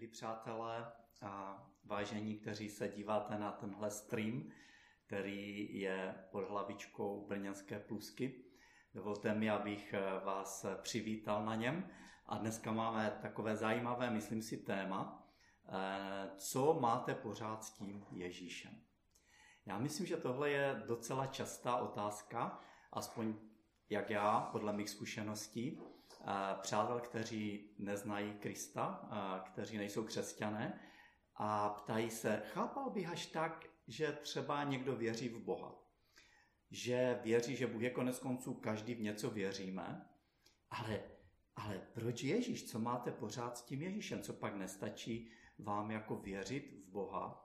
Milí přátelé a vážení, kteří se díváte na tenhle stream, který je pod hlavičkou Brněnské plusky. Dovolte mi, abych vás přivítal na něm. A dneska máme takové zajímavé, myslím si, téma. Co máte pořád s tím Ježíšem? Já myslím, že tohle je docela častá otázka, aspoň jak já, podle mých zkušeností, přátel, kteří neznají Krista, kteří nejsou křesťané a ptají se, chápal bych až tak, že třeba někdo věří v Boha, že věří, že Bůh je konec konců, každý v něco věříme, ale proč Ježíš? Co máte pořád s tím Ježíšem? Co pak nestačí vám jako věřit v Boha?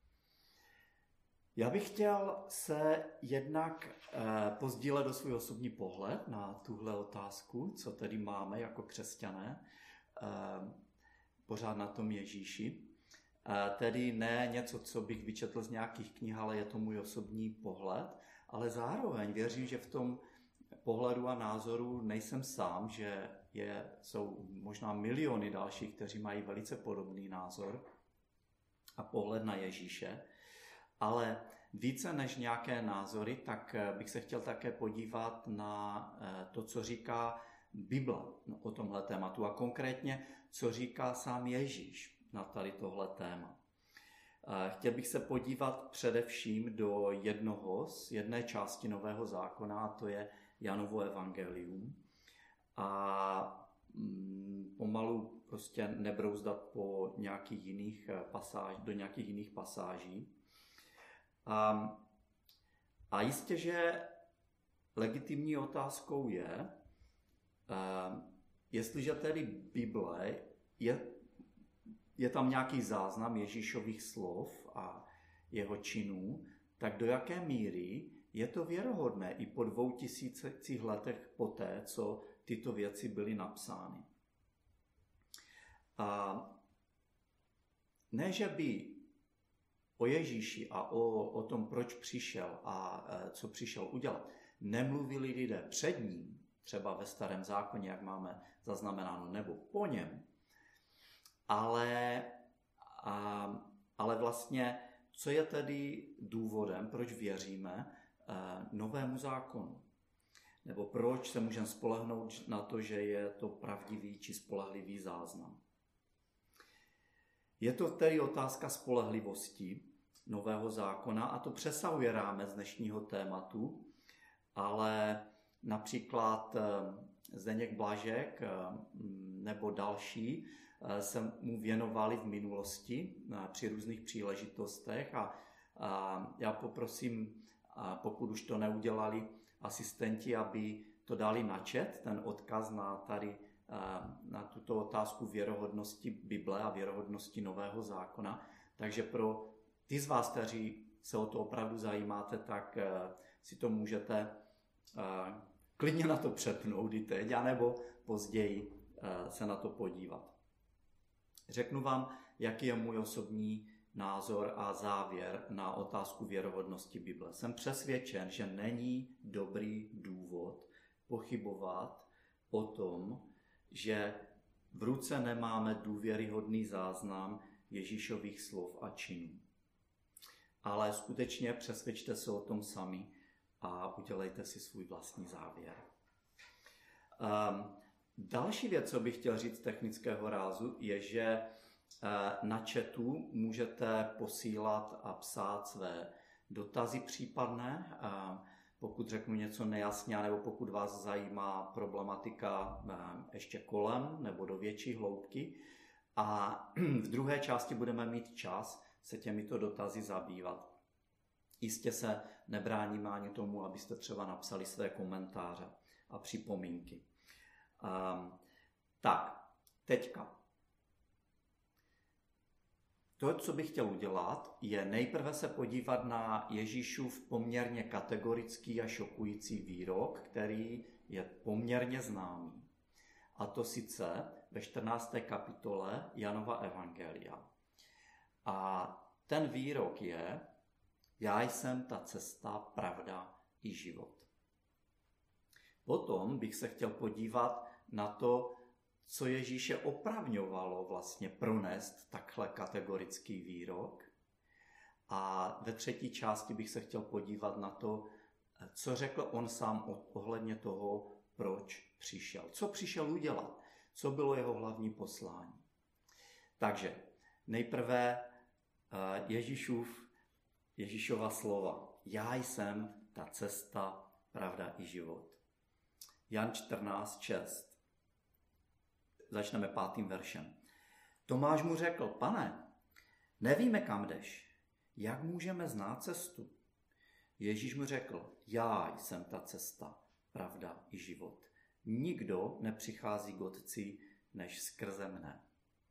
Já bych chtěl se jednak pozdílet do svůj osobní pohled na tuhle otázku, co tedy máme jako křesťané pořád na tom Ježíši. Tedy ne něco, co bych vyčetl z nějakých knih, ale je to můj osobní pohled, ale zároveň věřím, že v tom pohledu a názoru nejsem sám, že jsou možná miliony dalších, kteří mají velice podobný názor a pohled na Ježíše. Ale více než nějaké názory, tak bych se chtěl také podívat na to, co říká Bible o tomhle tématu a konkrétně, co říká sám Ježíš na tady tohle téma. Chtěl bych se podívat především do jedné části Nového zákona, a to je Janovo evangelium. A pomalu prostě nebrouzdat po nějakých jiných pasáží. A jistě, že legitimní otázkou jestliže tedy Bible je tam nějaký záznam Ježíšových slov a jeho činů, tak do jaké míry je to věrohodné i po 2000 letech poté, co tyto věci byly napsány. Ne, že by o Ježíši a o tom, proč přišel a co přišel udělat, nemluvili lidé před ním, třeba ve Starém zákoně, jak máme zaznamenáno, nebo po něm, ale vlastně, co je tedy důvodem, proč věříme Novému zákonu? Nebo proč se můžeme spolehnout na to, že je to pravdivý či spolehlivý záznam? Je to tedy otázka spolehlivosti Nového zákona a to přesahuje rámec dnešního tématu, ale například Zdeněk Blažek nebo další se mu věnovali v minulosti při různých příležitostech a já poprosím, pokud už to neudělali asistenti, aby to dali na chat, ten odkaz na tuto otázku věrohodnosti Bible a věrohodnosti Nového zákona. Takže pro ty z vás, kteří se o to opravdu zajímáte, tak si to můžete klidně na to přepnout i teď, anebo později se na to podívat. Řeknu vám, jaký je můj osobní názor a závěr na otázku věrohodnosti Bible. Jsem přesvědčen, že není dobrý důvod pochybovat o tom, že v ruce nemáme důvěryhodný záznam Ježíšových slov a činů. Ale skutečně přesvědčte se o tom sami a udělejte si svůj vlastní závěr. Další věc, co bych chtěl říct z technického rázu, je, že na chatu můžete posílat a psát své dotazy případné, pokud řeknu něco nejasně, nebo pokud vás zajímá problematika ještě kolem nebo do větší hloubky. A v druhé části budeme mít čas se těmito dotazy zabývat. Jistě se nebráníme ani tomu, abyste třeba napsali své komentáře a připomínky. Tak, teďka. To, co bych chtěl udělat, je nejprve se podívat na Ježíšův poměrně kategorický a šokující výrok, který je poměrně známý. A to sice ve 14. kapitole Janova evangelia. A ten výrok je: Já jsem ta cesta, pravda i život. Potom bych se chtěl podívat na to, co Ježíše opravňovalo vlastně pronést takhle kategorický výrok. A ve třetí části bych se chtěl podívat na to, co řekl on sám ohledně toho, proč přišel. Co přišel udělat? Co bylo jeho hlavní poslání? Takže nejprve Ježíšova slova. Já jsem ta cesta, pravda i život. Jan 14:6. Začneme 5. veršem. Tomáš mu řekl: Pane, nevíme, kam jdeš. Jak můžeme znát cestu? Ježíš mu řekl: Já jsem ta cesta, pravda i život. Nikdo nepřichází k Otci, než skrze mne.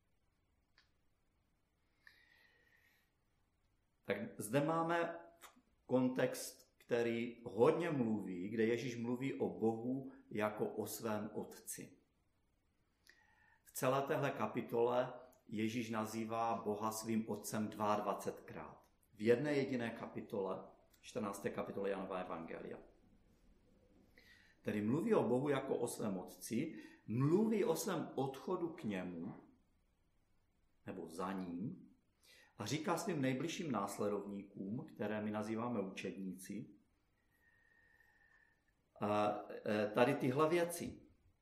Tak zde máme kontext, který hodně mluví, kde Ježíš mluví o Bohu jako o svém Otci. V celé téhle kapitole Ježíš nazývá Boha svým Otcem 22krát. V jedné jediné kapitole, 14. kapitole Janova evangelia. Tedy mluví o Bohu jako o svém Otci, mluví o svém odchodu k němu, nebo za ním, a říká svým nejbližším následovníkům, které my nazýváme učedníci, tady tyhle věci.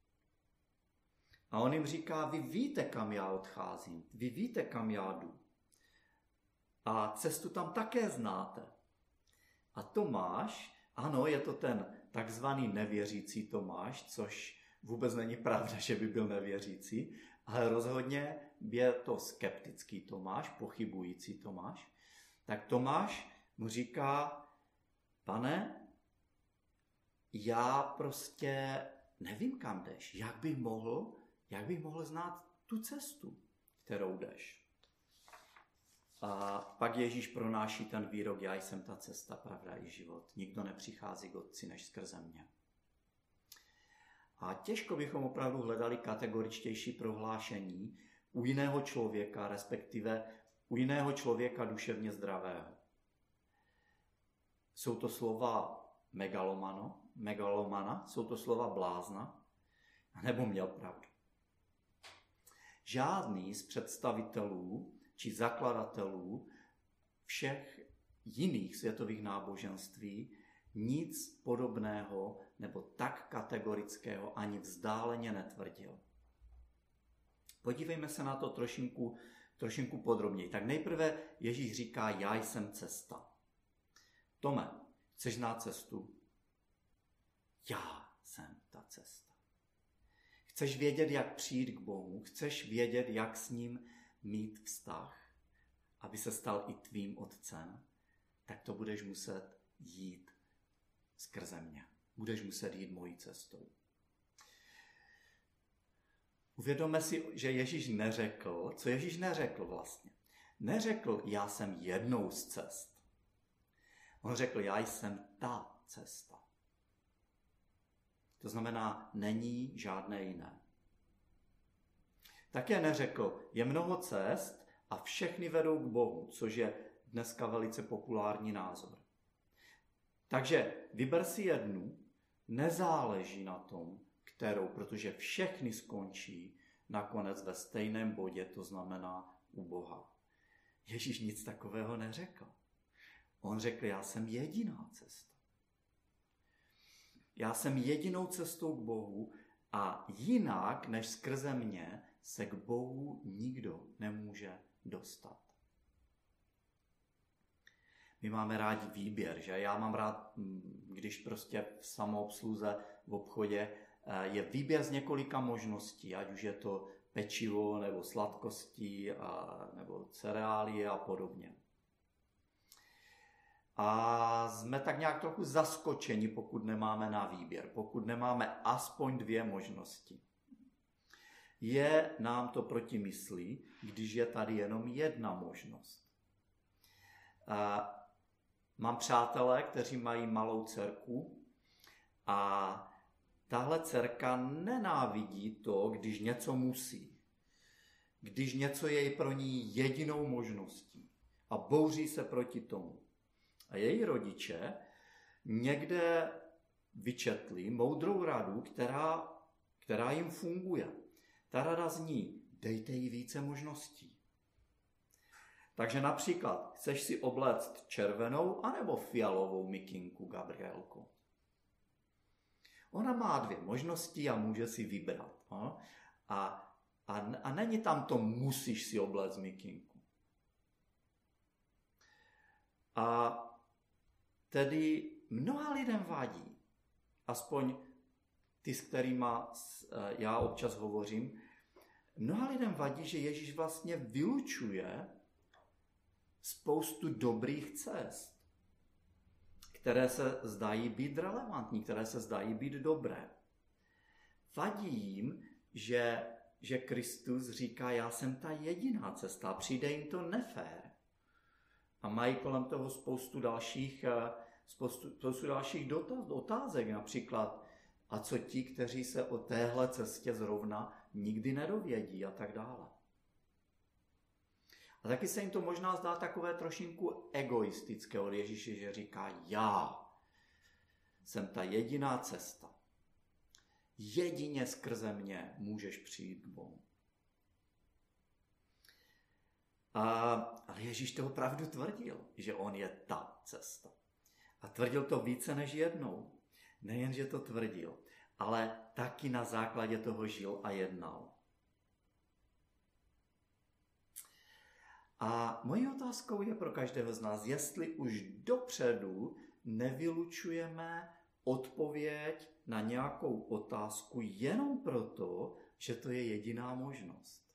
A on jim říká: vy víte, kam já odcházím, vy víte, kam já jdu. A cestu tam také znáte. A Tomáš, ano, je to ten takzvaný nevěřící Tomáš, což vůbec není pravda, že by byl nevěřící, ale rozhodně je to skeptický Tomáš, pochybující Tomáš. Tak Tomáš mu říká: Pane, já prostě nevím, kam jdeš. Jak bych mohl znát tu cestu, kterou jdeš? A pak Ježíš pronáší ten výrok: já jsem ta cesta, pravda i život. Nikdo nepřichází k Otci, než skrze mě. A těžko bychom opravdu hledali kategoričtější prohlášení u jiného člověka, respektive u jiného člověka duševně zdravého. Jsou to slova megalomana, jsou to slova blázna, nebo měl pravdu. Žádný z představitelů či zakladatelů všech jiných světových náboženství nic podobného nebo tak kategorického ani vzdáleně netvrdil. Podívejme se na to trošinku podrobněji. Tak nejprve Ježíš říká: já jsem cesta. Tome, chceš znát cestu? Já jsem ta cesta. Chceš vědět, jak přijít k Bohu? Chceš vědět, jak s ním mít vztah, aby se stal i tvým otcem? Tak to budeš muset jít skrze mě. Budeš muset jít mojí cestou. Uvědomme si, že Ježíš neřekl, co Ježíš neřekl vlastně. Neřekl: já jsem jednou z cest. On řekl: já jsem ta cesta. To znamená, není žádné jiné. Také neřekl: je mnoho cest a všechny vedou k Bohu, což je dneska velice populární názor. Takže vyber si jednu, nezáleží na tom, kterou, protože všechny skončí nakonec ve stejném bodě, to znamená u Boha. Ježíš nic takového neřekl. On řekl: já jsem jediná cesta. Já jsem jedinou cestou k Bohu a jinak než skrze mě se k Bohu nikdo nemůže dostat. My máme rádi výběr, že? Já mám rád, když prostě v samoobsluze v obchodě je výběr z několika možností, ať už je to pečivo nebo sladkosti nebo cereálie a podobně. A jsme tak nějak trochu zaskočeni, pokud nemáme na výběr, pokud nemáme aspoň 2 možnosti. Je nám to proti mysli, když je tady jenom jedna možnost. Mám přátelé, kteří mají malou dcerku a tahle dcerka nenávidí to, když něco musí. Když něco je pro ní jedinou možností a bouří se proti tomu. A její rodiče někde vyčetli moudrou radu, která jim funguje. Ta rada zní, dejte jí více možností. Takže například, chceš si obléct červenou anebo fialovou mikinku, Gabrielko? Ona má 2 možnosti a může si vybrat. No? A není tam to musíš si obléct mikinku. A tedy mnoha lidem vadí, aspoň ty, s kterými já občas hovořím, mnoha lidem vadí, že Ježíš vlastně vylučuje spoustu dobrých cest, které se zdají být relevantní, které se zdají být dobré. Vadí jim, že Kristus říká, já jsem ta jediná cesta, přijde jim to nefér. A mají kolem toho spoustu dalších otázek, například, a co ti, kteří se o téhle cestě zrovna nikdy nedovědí a tak dále. A taky se jim to možná zdá takové trošinku egoistické od Ježíše, že říká, já jsem ta jediná cesta. Jedině skrze mě můžeš přijít k Bohu. Ale Ježíš to opravdu tvrdil, že on je ta cesta. A tvrdil to více než jednou. Nejen, že to tvrdil, ale taky na základě toho žil a jednal. A mojí otázkou je pro každého z nás, jestli už dopředu nevylučujeme odpověď na nějakou otázku jenom proto, že to je jediná možnost.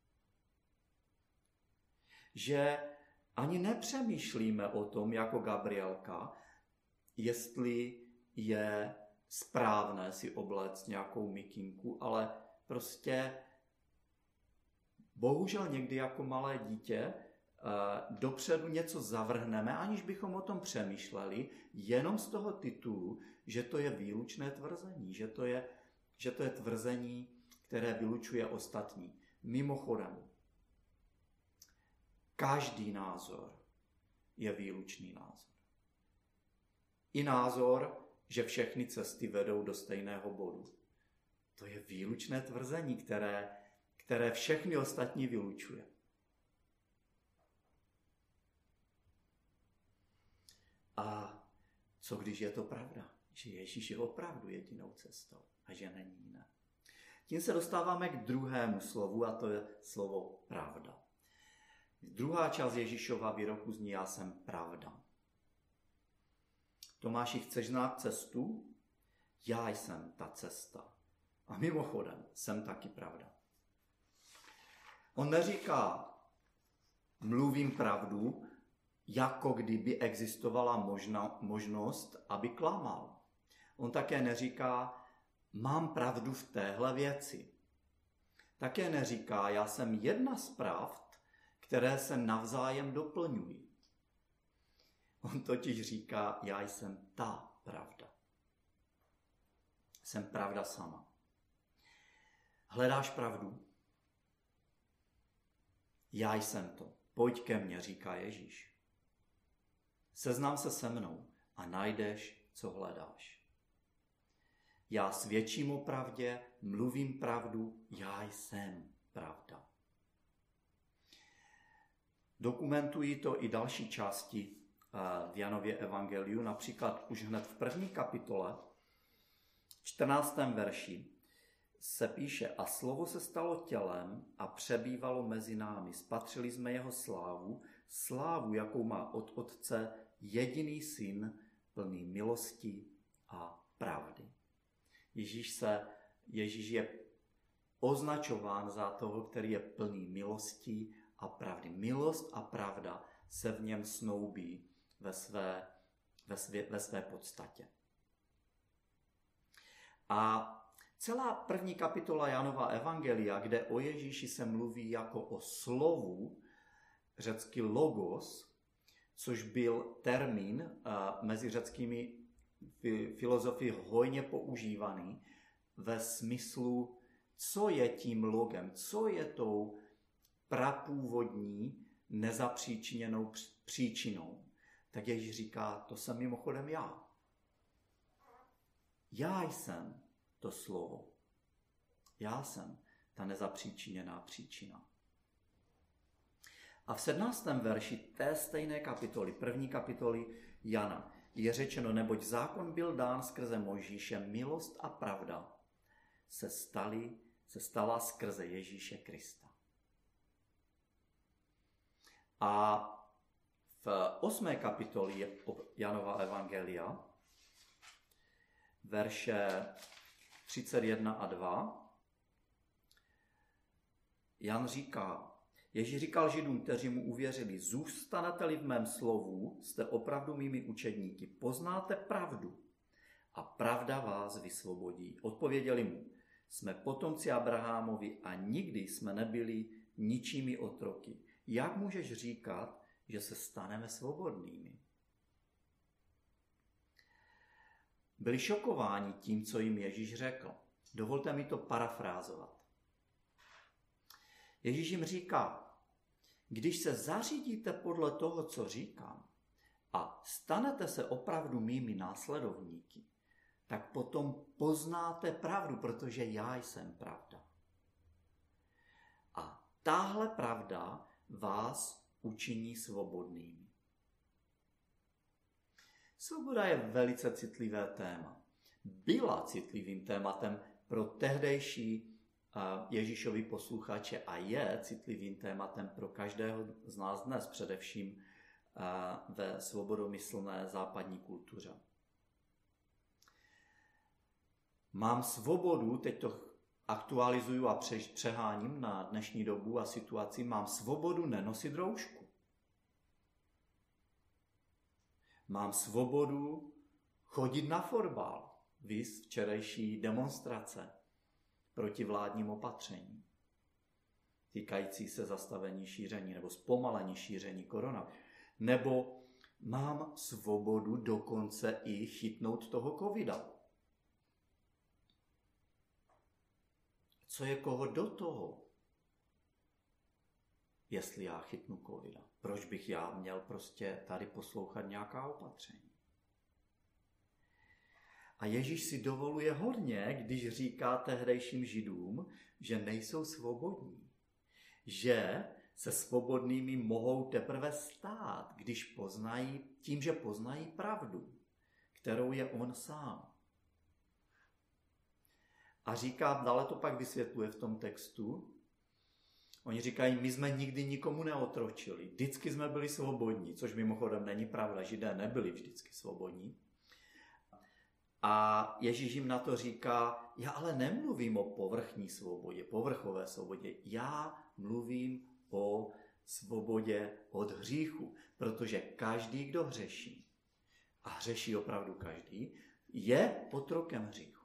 Že ani nepřemýšlíme o tom, jako Gabrielka, jestli je správné si obléct nějakou mikinku, ale prostě bohužel někdy jako malé dítě dopředu něco zavrhneme, aniž bychom o tom přemýšleli, jenom z toho titulu, že to je výlučné tvrzení, že to je tvrzení, které vylučuje ostatní. Mimochodem, každý názor je výlučný názor. I názor, že všechny cesty vedou do stejného bodu. To je výlučné tvrzení, které všechny ostatní vylučuje. A co když je to pravda? Že Ježíš je opravdu jedinou cestou a že není jiné. Tím se dostáváme k druhému slovu a to je slovo pravda. Druhá část Ježíšova výroku zní já jsem pravda. Tomáši, chceš znát cestu? Já jsem ta cesta. A mimochodem, jsem taky pravda. On neříká, mluvím pravdu, jako kdyby existovala možnost, aby klamal. On také neříká, mám pravdu v téhle věci. Také neříká, já jsem jedna z pravd, které se navzájem doplňují. On totiž říká, já jsem ta pravda. Jsem pravda sama. Hledáš pravdu? Já jsem to. Pojď ke mně, říká Ježíš. Seznam se se mnou a najdeš, co hledáš. Já svědčím o pravdě, mluvím pravdu, já jsem pravda. Dokumentují to i další části v Janově evangeliu, například už hned v 1. kapitole, v 14. verši, se píše, a slovo se stalo tělem a přebývalo mezi námi. Spatřili jsme jeho slávu, jakou má od Otce jediný syn, plný milosti a pravdy. Ježíš je označován za toho, který je plný milosti a pravdy. Milost a pravda se v něm snoubí ve své podstatě. A celá 1. kapitola Janova evangelia, kde o Ježíši se mluví jako o slovu, řecky logos, což byl termín mezi řeckými filozofy hojně používaný ve smyslu, co je tím logem, co je tou prapůvodní nezapříčiněnou příčinou. Tak Ježíš říká, to jsem mimochodem já. Já jsem to slovo. Já jsem ta nezapříčiněná příčina. A v 17. verši té stejné kapitoly, první kapitoly Jana, je řečeno, neboť zákon byl dán skrze Mojžíše, milost a pravda se stala skrze Ježíše Krista. A v 8. kapitoli Janova evangelia, verše 31 a 2, Jan říká, Ježíš říkal Židům, kteří mu uvěřili, zůstanete-li v mém slovu, jste opravdu mými učedníky, poznáte pravdu a pravda vás vysvobodí. Odpověděli mu, jsme potomci Abrahamovi a nikdy jsme nebyli ničími otroky. Jak můžeš říkat, že se staneme svobodnými? Byli šokováni tím, co jim Ježíš řekl. Dovolte mi to parafrázovat. Ježíš jim říká, když se zařídíte podle toho, co říkám, a stanete se opravdu mými následovníky, tak potom poznáte pravdu, protože já jsem pravda. A tahle pravda vás učiní svobodnými. Svoboda je velice citlivé téma. Byla citlivým tématem pro tehdejší Ježíšovi posluchače a je citlivým tématem pro každého z nás dnes, především ve svobodomyslné západní kultuře. Mám svobodu, teď to aktualizuju a přeháním na dnešní dobu a situaci, mám svobodu nenosit roušku. Mám svobodu chodit na fotbal, viz včerejší demonstrace proti vládním opatřením, týkající se zastavení šíření nebo zpomalení šíření koronaviru. Nebo mám svobodu dokonce i chytnout toho covida. Co je koho do toho, jestli já chytnu covida? Proč bych já měl prostě tady poslouchat nějaká opatření? A Ježíš si dovoluje hodně, když říká tehdejším Židům, že nejsou svobodní. Že se svobodnými mohou teprve stát, tím, že poznají pravdu, kterou je on sám. A říká, dále to pak vysvětluje v tom textu, oni říkají, my jsme nikdy nikomu neotročili, vždycky jsme byli svobodní, což mimochodem není pravda, Židé nebyli vždycky svobodní. A Ježíš jim na to říká, já ale nemluvím o povrchní svobodě, povrchové svobodě, já mluvím o svobodě od hříchu, protože každý, kdo hřeší, a hřeší opravdu každý, je otrokem hříchu.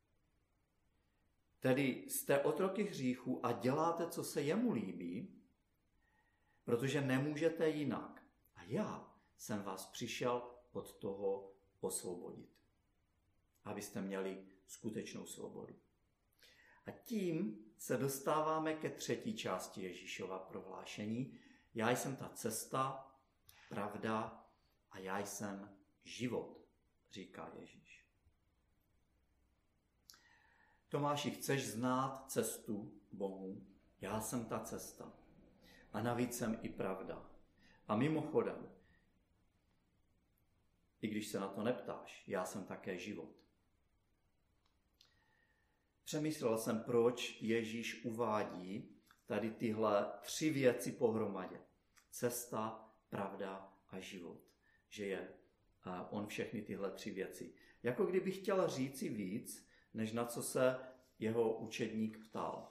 Tedy jste otroky hříchu a děláte, co se jemu líbí, protože nemůžete jinak. A já jsem vás přišel od toho osvobodit, abyste měli skutečnou svobodu. A tím se dostáváme ke třetí části Ježíšova prohlášení. Já jsem ta cesta, pravda a já jsem život, říká Ježíš. Tomáši, chceš znát cestu Bohu? Já jsem ta cesta. A navíc jsem i pravda. A mimochodem, i když se na to neptáš, já jsem také život. Přemýšlel jsem, proč Ježíš uvádí tady tyhle tři věci pohromadě. Cesta, pravda a život. Že je on všechny tyhle tři věci. Jako kdyby chtěl říci víc, než na co se jeho učedník ptal.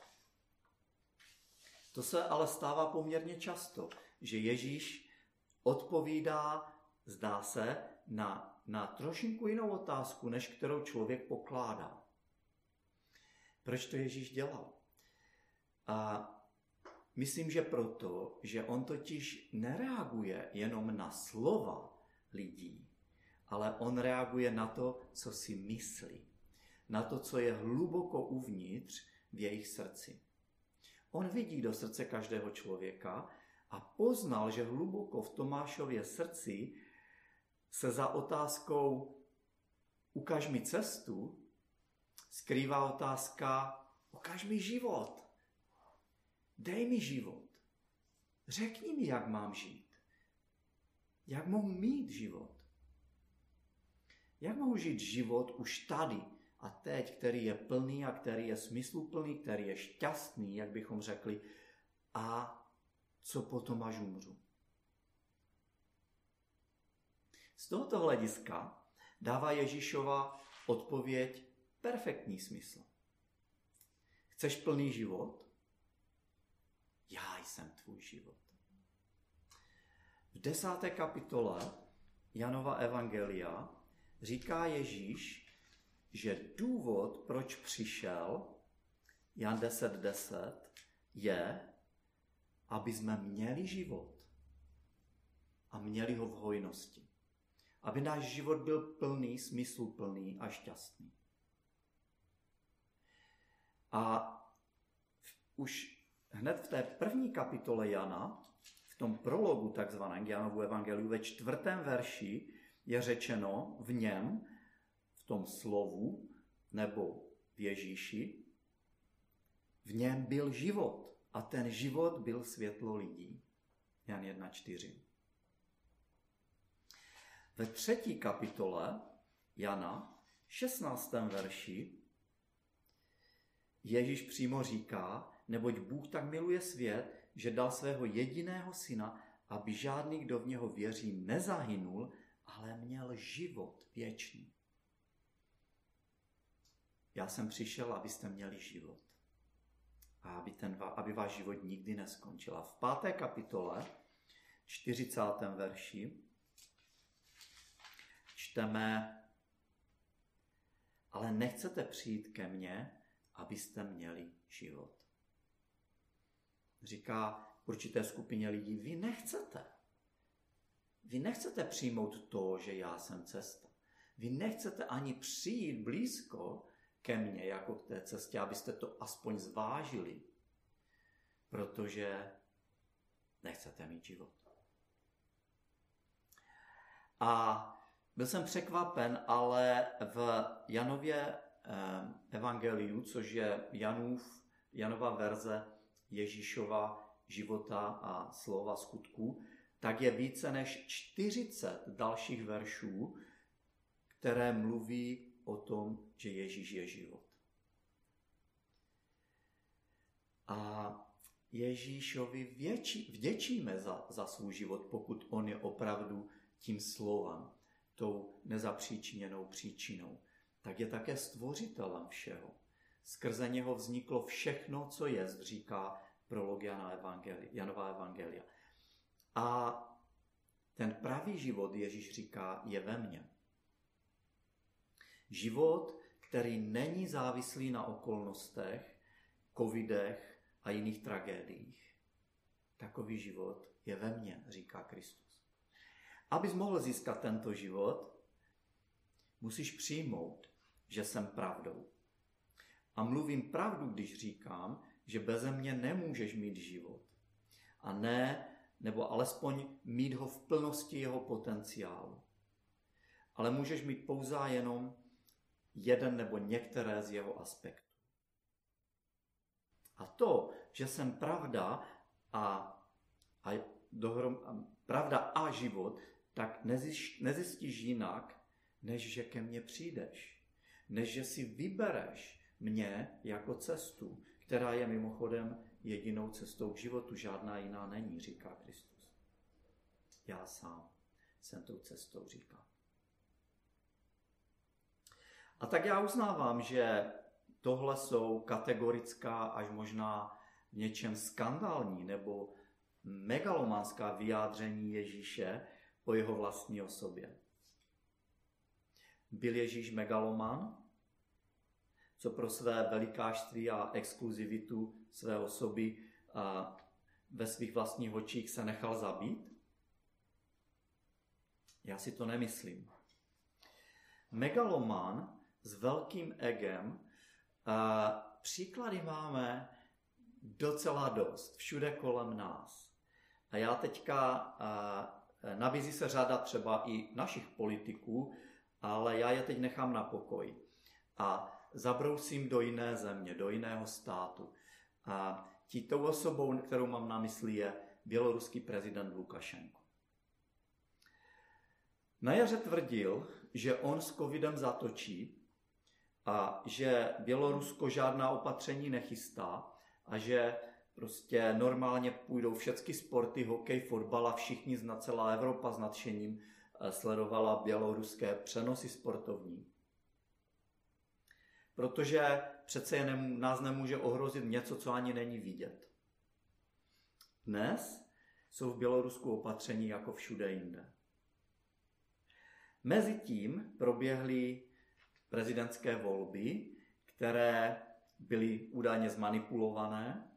To se ale stává poměrně často, že Ježíš odpovídá, zdá se, na trošinku jinou otázku, než kterou člověk pokládá. Proč to Ježíš dělal? A myslím, že proto, že on totiž nereaguje jenom na slova lidí, ale on reaguje na to, co si myslí. Na to, co je hluboko uvnitř v jejich srdci. On vidí do srdce každého člověka a poznal, že hluboko v Tomášově srdci se za otázkou ukaž mi cestu skrývá otázka ukaž mi život, Dej mi život. Řekni mi, jak mám žít. Jak mohu mít život. Jak mohu žít život už tady a teď, který je plný a který je smysluplný, který je šťastný, jak bychom řekli, a co potom, až umřu. Z tohoto hlediska dává Ježíšova odpověď perfektní smysl. Chceš plný život? Já jsem tvůj život. V 10. kapitole Janova evangelia říká Ježíš, že důvod, proč přišel, Jan 10:10, je, aby jsme měli život a měli ho v hojnosti. Aby náš život byl plný, smysluplný a šťastný. A už hned v té první kapitole Jana, v tom prologu takzvaném Janovu evangeliu, ve 4. verši je řečeno v něm, v tom slovu, nebo v Ježíši, v něm byl život a ten život byl světlo lidí. Jan 1:4. Ve 3. kapitole Jana, 16. verši, Ježíš přímo říká, neboť Bůh tak miluje svět, že dal svého jediného syna, aby žádný, kdo v něho věří, nezahynul, ale měl život věčný. Já jsem přišel, abyste měli život. A aby váš život nikdy neskončil. A v 5. kapitole, 40. verši, čteme, ale nechcete přijít ke mně, abyste měli život. Říká určité skupině lidí, vy nechcete přijmout to, že já jsem cesta. Vy nechcete ani přijít blízko ke mně, jako k té cestě, abyste to aspoň zvážili, protože nechcete mít život. A byl jsem překvapen, ale v Janově evangeliu, což je Janova verze Ježíšova života a slova skutků, tak je více než 40 dalších veršů, které mluví o tom, že Ježíš je život. A Ježíšovi vděčíme za svůj život, pokud on je opravdu tím slovem, tou nezapříčiněnou příčinou. Tak je také stvořitelem všeho. Skrze něho vzniklo všechno, co jest, říká prolog Janova evangelia. A ten pravý život, Ježíš říká, je ve mně. Život, který není závislý na okolnostech, covidech a jiných tragédiích. Takový život je ve mně, říká Kristus. Abys mohl získat tento život, musíš přijmout, že jsem pravdou. A mluvím pravdu, když říkám, že beze mě nemůžeš mít život. A ne, nebo alespoň mít ho v plnosti jeho potenciálu. Ale můžeš mít pouze jenom jeden nebo některé z jeho aspektů. A to, že jsem pravda pravda a život, tak nezjistíš jinak, než že ke mně přijdeš. Než že si vybereš mě jako cestu, která je mimochodem jedinou cestou k životu. Žádná jiná není, říká Kristus. Já sám jsem tou cestou, říká. A tak já uznávám, že tohle jsou kategorická až možná v něčem skandální nebo megalomanská vyjádření Ježíše o jeho vlastní osobě. Byl Ježíš megaloman, co pro své velikářství a exkluzivitu své osoby ve svých vlastních očích se nechal zabít? Já si to nemyslím. Megaloman s velkým egem, příklady máme docela dost, všude kolem nás. A já teďka, nabízí se řada třeba i našich politiků, ale já je teď nechám na pokoji. A zabrousím do jiné země, do jiného státu. A tou osobou, kterou mám na mysli, je běloruský prezident Lukašenko. Na jaře tvrdil, že on s covidem zatočí a že Bělorusko žádná opatření nechystá a že prostě normálně půjdou všechny sporty, hokej, fotbal a všichni, celá Evropa s nadšením sledovala běloruské přenosy sportovní. Protože přece nás nemůže ohrozit něco, co ani není vidět. Dnes jsou v Bělorusku opatření jako všude jinde. Mezitím proběhly prezidentské volby, které byly údajně zmanipulované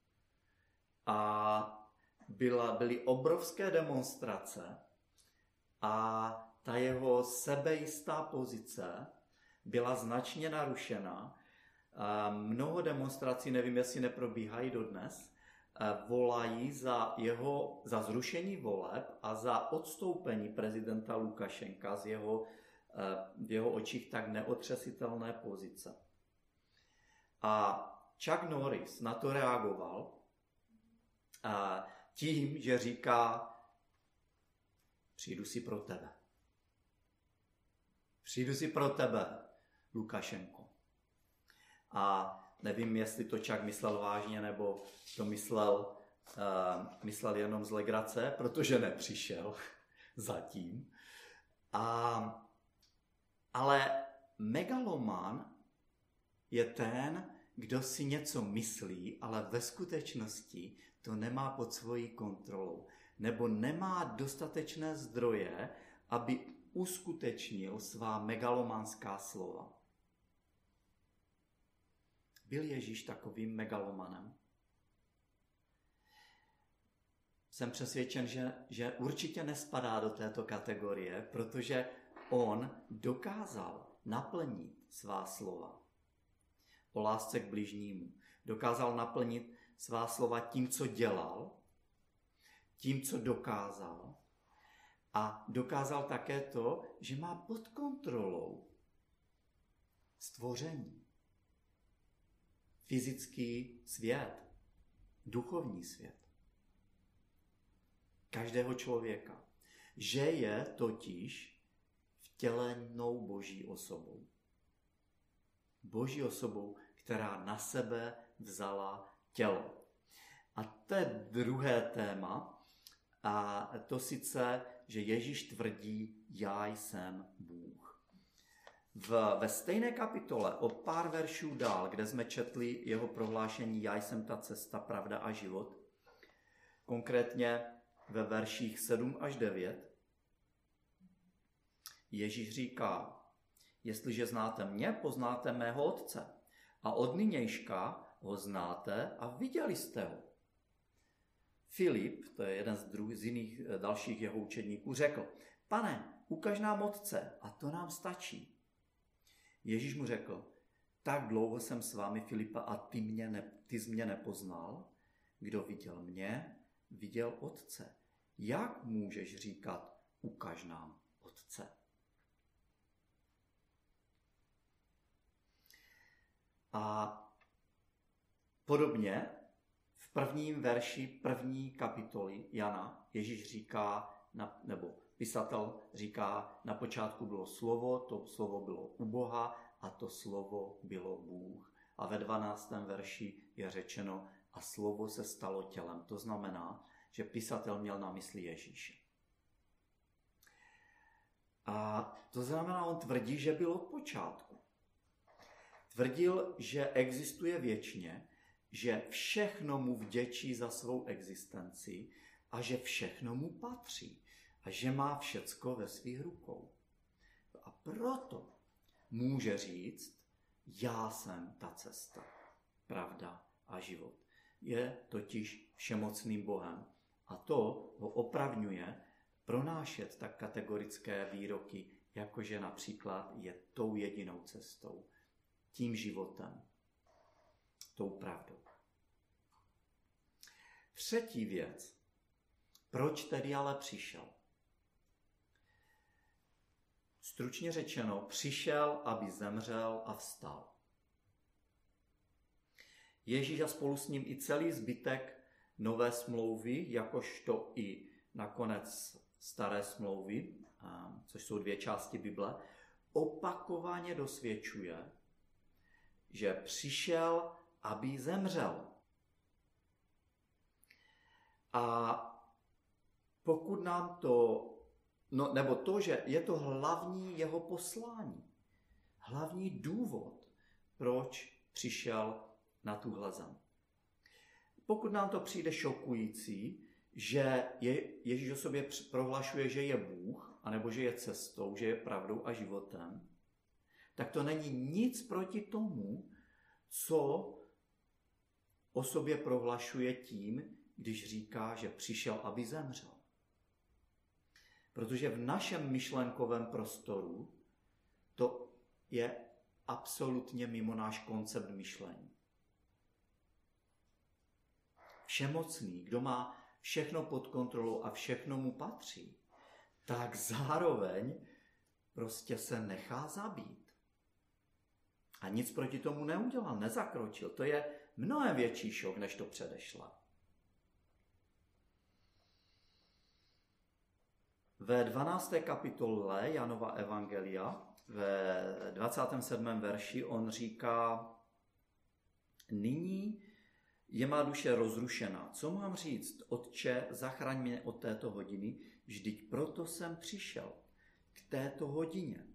a byly obrovské demonstrace a ta jeho sebejistá pozice byla značně narušena. Mnoho demonstrací, nevím, jestli neprobíhají dodnes, volají za zrušení voleb a za odstoupení prezidenta Lukašenka z v jeho očích tak neotřesitelné pozice. A Chuck Norris na to reagoval tím, že říká: přijdu si pro tebe. Přijdu si pro tebe, Lukašenko. A nevím, jestli to Chuck myslel vážně, nebo to myslel jenom z legrace, protože nepřišel zatím. Ale megaloman je ten, kdo si něco myslí, ale ve skutečnosti to nemá pod svojí kontrolou. Nebo nemá dostatečné zdroje, aby uskutečnil svá megalomanská slova. Byl Ježíš takovým megalomanem? Jsem přesvědčen, že určitě nespadá do této kategorie, protože on dokázal naplnit svá slova o lásce k bližnímu. Dokázal naplnit svá slova tím, co dělal, tím, co dokázal. A dokázal také to, že má pod kontrolou stvoření. Fyzický svět, duchovní svět. Každého člověka. Že je totiž vtělenou Boží osobou. Boží osobou, která na sebe vzala tělo. A to je druhé téma, a to sice, že Ježíš tvrdí: já jsem Bůh. Ve stejné kapitole o pár veršů dál, kde jsme četli jeho prohlášení: já jsem ta cesta, pravda a život, konkrétně ve verších 7 až 9, Ježíš říká: jestliže znáte mě, poznáte mého Otce. A od nynějška ho znáte a viděli jste ho. Filip, to je jeden z jiných dalších jeho učedníků, řekl: Pane, ukaž nám Otce a to nám stačí. Ježíš mu řekl: tak dlouho jsem s vámi, Filipa, a ty jsi mě nepoznal? Kdo viděl mě, viděl Otce. Jak můžeš říkat: ukaž nám Otce? A podobně v prvním verši první kapitoly Jana Ježíš říká, nebo pisatel říká: na počátku bylo slovo, to slovo bylo u Boha a to slovo bylo Bůh. A ve 12. verši je řečeno: a slovo se stalo tělem. To znamená, že pisatel měl na mysli Ježíše. A to znamená, on tvrdí, že byl od počátku. Tvrdil, že existuje věčně, že všechno mu vděčí za svou existenci a že všechno mu patří a že má všecko ve svých rukou. A proto může říct: já jsem ta cesta, pravda a život. Je totiž všemocným Bohem. A to ho opravňuje pronášet tak kategorické výroky, jakože například je tou jedinou cestou, tím životem, tou pravdou. Třetí věc. Proč tedy ale přišel? Stručně řečeno, přišel, aby zemřel a vstal. Ježíš a spolu s ním i celý zbytek Nové smlouvy, jakožto i nakonec Staré smlouvy, což jsou 2 části Bible, opakovaně dosvědčuje, že přišel, aby zemřel. A pokud nám nebo to, že je to hlavní jeho poslání, hlavní důvod, proč přišel na tuhle zem. Pokud nám to přijde šokující, že Ježíš o sobě prohlašuje, že je Bůh, anebo že je cestou, že je pravdou a životem, tak to není nic proti tomu, co o sobě prohlašuje tím, když říká, že přišel, aby zemřel. Protože v našem myšlenkovém prostoru to je absolutně mimo náš koncept myšlení. Všemocný, kdo má všechno pod kontrolou a všechno mu patří, tak zároveň prostě se nechá zabít. A nic proti tomu neudělal, nezakročil. To je mnohem větší šok, než to předešla. Ve 12. kapitole Janova evangelia, ve 27. verši, on říká: nyní je má duše rozrušená. Co mám říct? Otče, zachraň mě od této hodiny, vždyť proto jsem přišel k této hodině.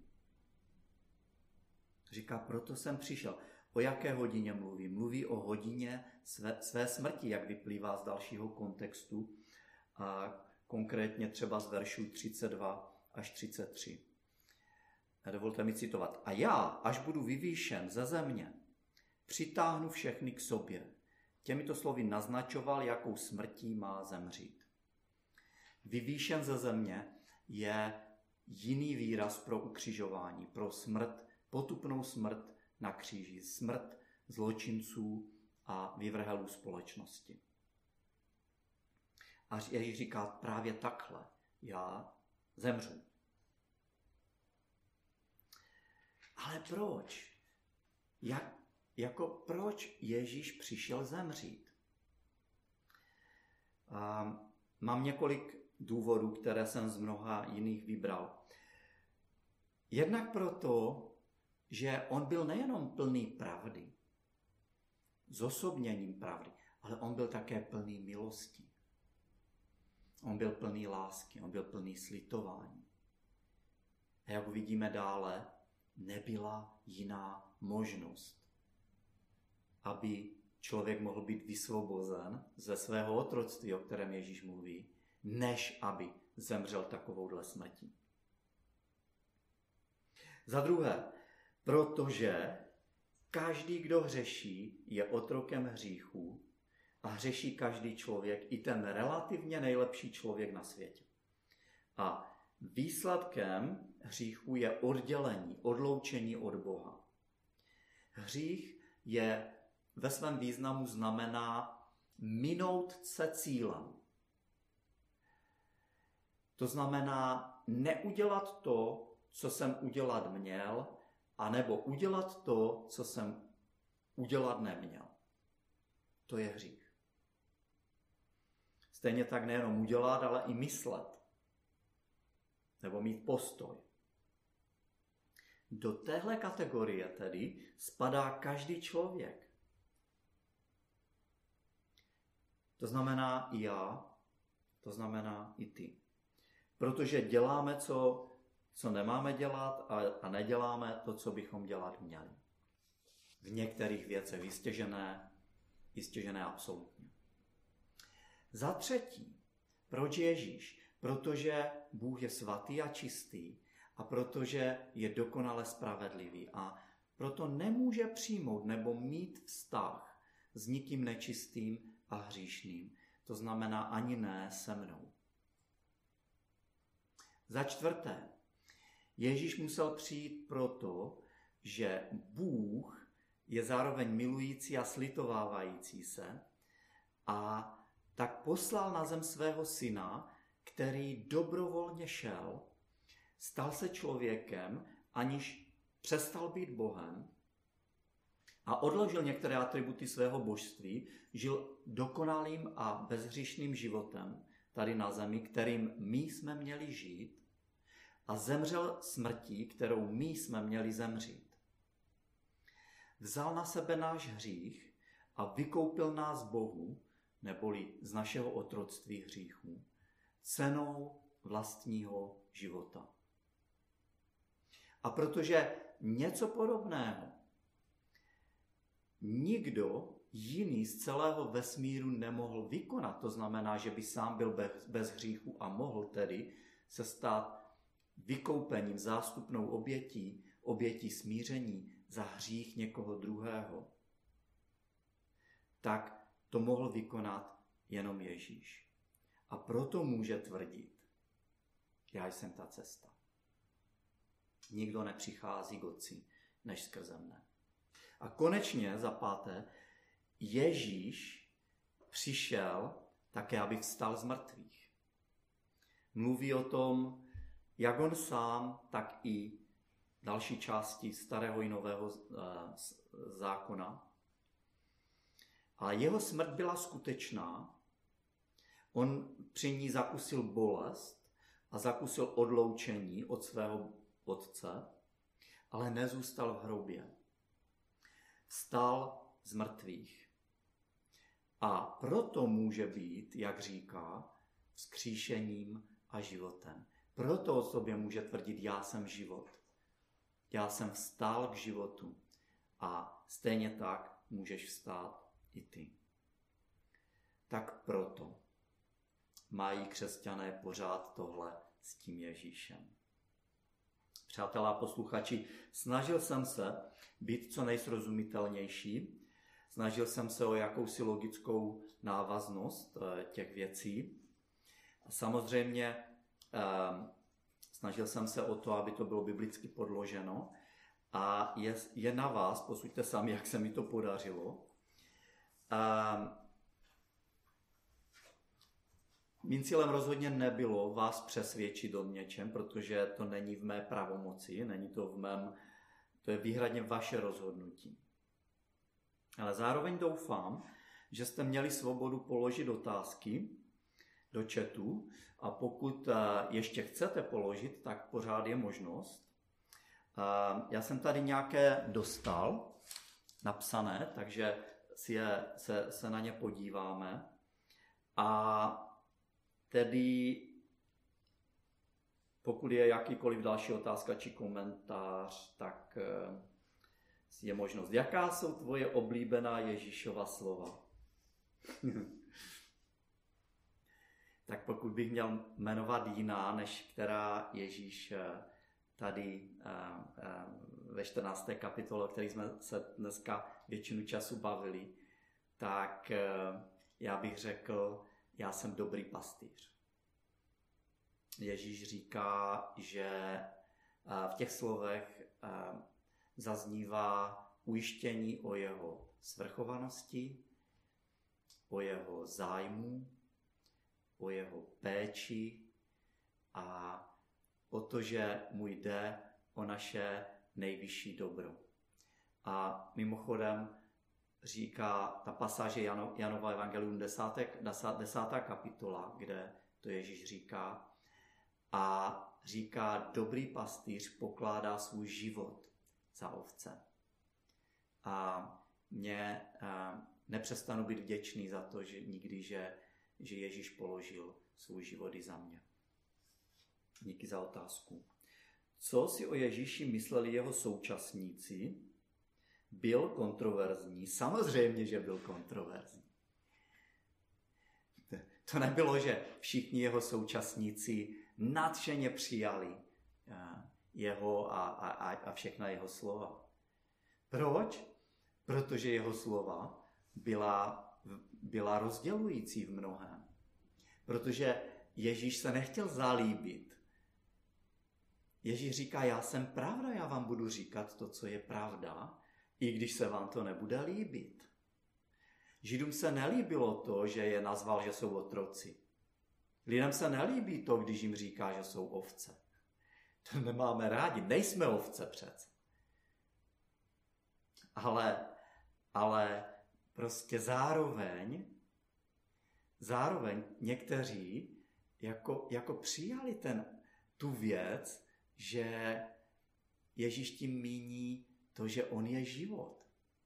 Říká, proto jsem přišel. O jaké hodině mluví? Mluví o hodině své smrti, jak vyplývá z dalšího kontextu, a konkrétně třeba z veršů 32 až 33. Dovolte mi citovat. A já, až budu vyvýšen ze země, přitáhnu všechny k sobě. Těmito slovy naznačoval, jakou smrtí má zemřít. Vyvýšen ze země je jiný výraz pro ukřižování, pro smrt, potupnou smrt na kříži, smrt zločinců a vyvrhelů společnosti. A Ježíš říká, právě takhle já zemřu. Ale proč? Proč Ježíš přišel zemřít? Mám několik důvodů, které jsem z mnoha jiných vybral. Jednak proto, že on byl nejenom plný pravdy, zosobněním pravdy, ale on byl také plný milosti. On byl plný lásky, on byl plný slitování. A jak uvidíme dále, nebyla jiná možnost, aby člověk mohl být vysvobozen ze svého otroctví, o kterém Ježíš mluví, než aby zemřel takovouhle smrtí. Za druhé, protože každý, kdo hřeší, je otrokem hříchu a hřeší každý člověk, i ten relativně nejlepší člověk na světě. A výsledkem hříchu je oddělení, odloučení od Boha. Hřích je ve svém významu znamená minout se cílem. To znamená neudělat to, co jsem udělat měl, anebo udělat to, co jsem udělat neměl. To je hřích. Stejně tak nejenom udělat, ale i myslet. Nebo mít postoj. Do téhle kategorie tedy spadá každý člověk. To znamená i já, to znamená i ty. Protože děláme, co nemáme dělat, a neděláme to, co bychom dělat měli. V některých věcech vystěžené absolutně. Za třetí, proč Ježíš? Protože Bůh je svatý a čistý a protože je dokonale spravedlivý a proto nemůže přijmout nebo mít vztah s nikým nečistým a hříšným. To znamená ani ne se mnou. Za čtvrté, Ježíš musel přijít proto, že Bůh je zároveň milující a slitovávající se, a tak poslal na zem svého syna, který dobrovolně šel, stal se člověkem, aniž přestal být Bohem, a odložil některé atributy svého božství, žil dokonalým a bezhříšným životem tady na zemi, kterým my jsme měli žít, a zemřel smrtí, kterou my jsme měli zemřít. Vzal na sebe náš hřích a vykoupil nás Bohu, neboli z našeho otroctví hříchů, cenou vlastního života. A protože něco podobného nikdo jiný z celého vesmíru nemohl vykonat, to znamená, že by sám byl bez hříchu a mohl tedy se stát vykoupením, zástupnou obětí smíření za hřích někoho druhého, tak to mohl vykonat jenom Ježíš. A proto může tvrdit, já jsem ta cesta. Nikdo nepřichází k Otci, než skrze mne. A konečně za páté, Ježíš přišel také, aby vstal z mrtvých. Mluví o tom, jak on sám, tak i další části Starého i Nového zákona. A jeho smrt byla skutečná. On při ní zakusil bolest a zakusil odloučení od svého Otce, ale nezůstal v hrobě. Vstal z mrtvých. A proto může být, jak říká, vzkříšením a životem. Proto o sobě může tvrdit, já jsem život. Já jsem vstal k životu. A stejně tak můžeš vstát i ty. Tak proto mají křesťané pořád tohle s tím Ježíšem. Přátelé a posluchači, snažil jsem se být co nejsrozumitelnější, snažil jsem se o jakousi logickou návaznost těch věcí. A samozřejmě snažil jsem se o to, aby to bylo biblicky podloženo, a je na vás, posuďte sami, jak se mi to podařilo. Mým cílem rozhodně nebylo vás přesvědčit o něčem, protože to není v mé pravomoci, není to v mém, to je výhradně vaše rozhodnutí. Ale zároveň doufám, že jste měli svobodu položit otázky do chatu, a pokud ještě chcete položit, tak pořád je možnost. Já jsem tady nějaké dostal, napsané, takže se na ně podíváme. A tedy, pokud je jakýkoliv další otázka či komentář, tak je možnost. Jaká jsou tvoje oblíbená Ježíšova slova? Tak pokud bych měl jmenovat jiná, než která Ježíš tady ve 14. kapitole, o které jsme se dneska většinu času bavili, tak já bych řekl, já jsem dobrý pastýř. Ježíš říká, že v těch slovech zaznívá ujištění o jeho svrchovanosti, o jeho zájmu, o jeho péči a o to, že mu jde o naše nejvyšší dobro. A mimochodem říká ta pasáže Janova evangelium 10. kapitola, kde to Ježíš říká, a říká, dobrý pastýř pokládá svůj život za ovce. A mě nepřestanu být vděčný za to, že nikdy, že Ježíš položil svůj život i za mě. Díky za otázku. Co si o Ježíši mysleli jeho současníci? Byl kontroverzní. Samozřejmě, že byl kontroverzní. To nebylo, že všichni jeho současníci nadšeně přijali jeho a všechna jeho slova. Proč? Protože jeho slova byla rozdělující v mnohém. Protože Ježíš se nechtěl zalíbit. Ježíš říká, já jsem pravda, já vám budu říkat to, co je pravda, i když se vám to nebude líbit. Židům se nelíbilo to, že je nazval, že jsou otroci. Lidem se nelíbí to, když jim říká, že jsou ovce. To nemáme rádi, nejsme ovce přece. Ale ale prostě zároveň někteří jako přijali tu věc, že Ježíš tím míní to, že on je život.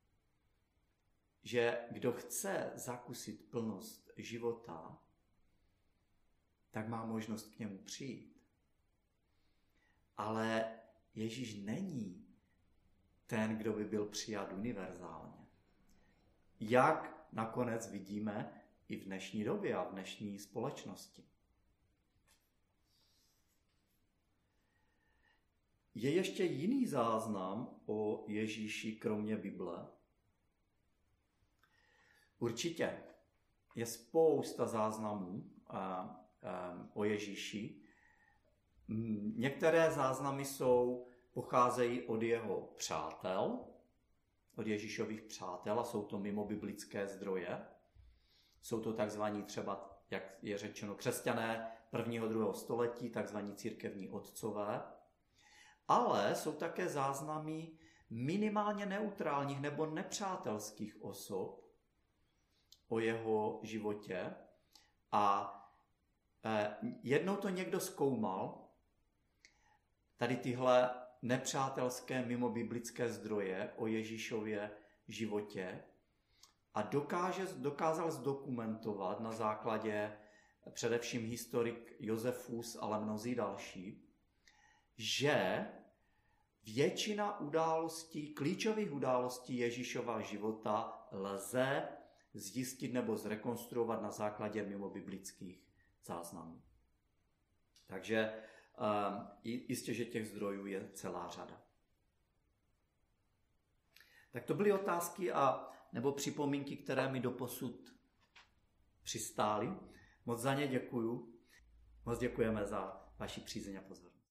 Že kdo chce zakusit plnost života, tak má možnost k němu přijít. Ale Ježíš není ten, kdo by byl přijat univerzálně. Jak nakonec vidíme i v dnešní době a v dnešní společnosti. Je ještě jiný záznam o Ježíši kromě Bible? Určitě. Je spousta záznamů o Ježíši. Některé záznamy pocházejí od jeho přátel, od Ježíšových přátel a jsou to mimo biblické zdroje. Jsou to takzvaní třeba, jak je řečeno, křesťané 1. a 2. století, takzvaní církevní otcové. Ale jsou také záznamy minimálně neutrálních nebo nepřátelských osob o jeho životě. A jednou to někdo zkoumal, tady tyhle nepřátelské mimobiblické zdroje o Ježíšově životě a dokázal zdokumentovat na základě především historik Josefus, ale mnozí další, že většina klíčových událostí Ježíšova života lze zjistit nebo zrekonstruovat na základě mimobiblických záznamů. Takže jistě, že těch zdrojů je celá řada. Tak to byly otázky nebo připomínky, které mi doposud přistály. Moc za ně děkuju. Moc děkujeme za vaši přízeň a pozornost.